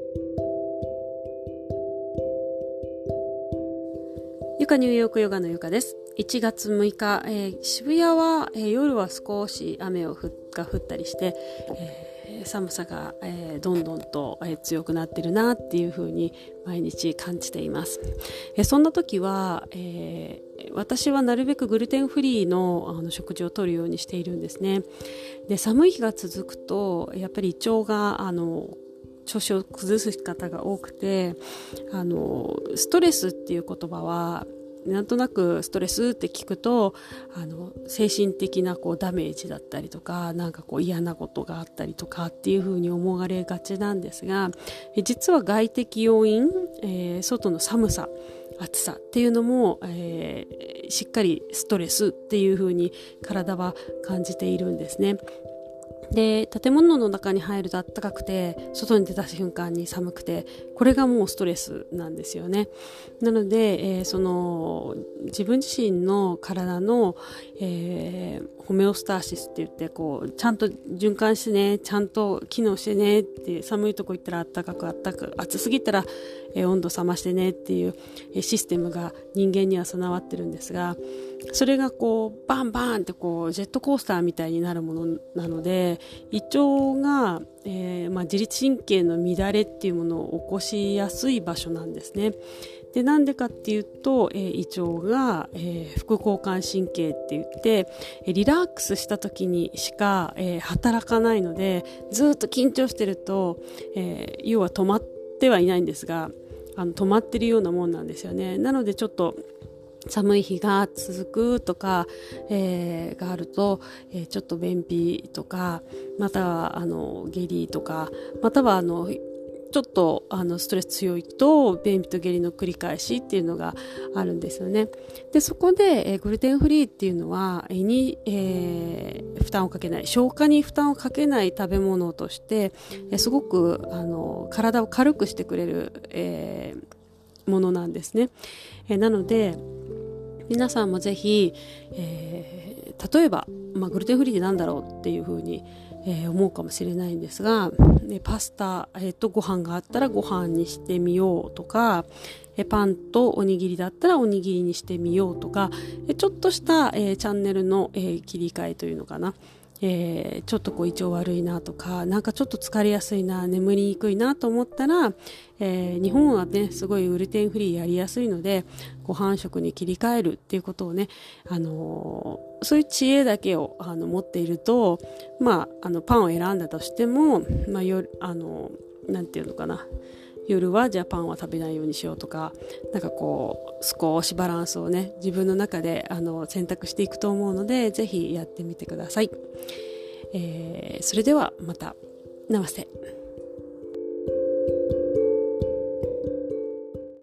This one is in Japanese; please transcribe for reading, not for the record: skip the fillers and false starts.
ゆかニューヨークヨガのゆかです。1月6日、渋谷は、夜は少し雨が降ったりして、寒さが、どんどんと、強くなってるなっていう風に毎日感じています。そんな時は、私はなるべくグルテンフリーの、食事をとるようにしているんですね。で、寒い日が続くとやっぱり胃腸が調子を崩す方が多くて、ストレスっていう言葉はなんとなくストレスって聞くと精神的なダメージだったりとか、なんか嫌なことがあったりとかっていう風に思われがちなんですが、実は外的要因、外の寒さ、暑さっていうのも、しっかりストレスっていう風に体は感じているんですね。で、建物の中に入ると暖かくて、外に出た瞬間に寒くて、これがもうストレスなんですよね。なので、自分自身の体の、ホメオスターシスって言って、ちゃんと循環してね、ちゃんと機能してねって、寒いとこ行ったら暖かく、暑すぎたら、温度冷ましてねっていう、システムが人間には備わってるんですが、それがバンバンってジェットコースターみたいになるものなので、胃腸が、自律神経の乱れっていうものを起こしやすい場所なんですね。で、なんでかっていうと、胃腸が、副交感神経って言ってリラックスした時にしか、働かないので、ずっと緊張してると、要は止まってはいないんですが、止まってるようなもんなんですよね。なのでちょっと寒い日が続くとか、があると、ちょっと便秘とか、または下痢とか、またはちょっとストレス強いと便秘と下痢の繰り返しっていうのがあるんですよね。で、そこで、グルテンフリーっていうのは胃に、負担をかけない、消化に負担をかけない食べ物として、すごく体を軽くしてくれる、ものなんですね。なので皆さんもぜひ、例えば、グルテンフリーってなんだろうっていうふうに、思うかもしれないんですが、パスタ、ご飯があったらご飯にしてみようとか、パンとおにぎりだったらおにぎりにしてみようとか、ちょっとした、チャンネルの、切り替えというのかな、ちょっと胃腸悪いなとか、なんかちょっと疲れやすいな、眠りにくいなと思ったら、日本はねすごいグルテンフリーやりやすいので、ご飯食に切り替えるっていうことをね、そういう知恵だけを持っていると、パンを選んだとしても、なんていうのかな、夜はじゃあパンは食べないようにしようとか、なんか少しバランスをね自分の中で選択していくと思うので、ぜひやってみてください。それではまた。ナマステ。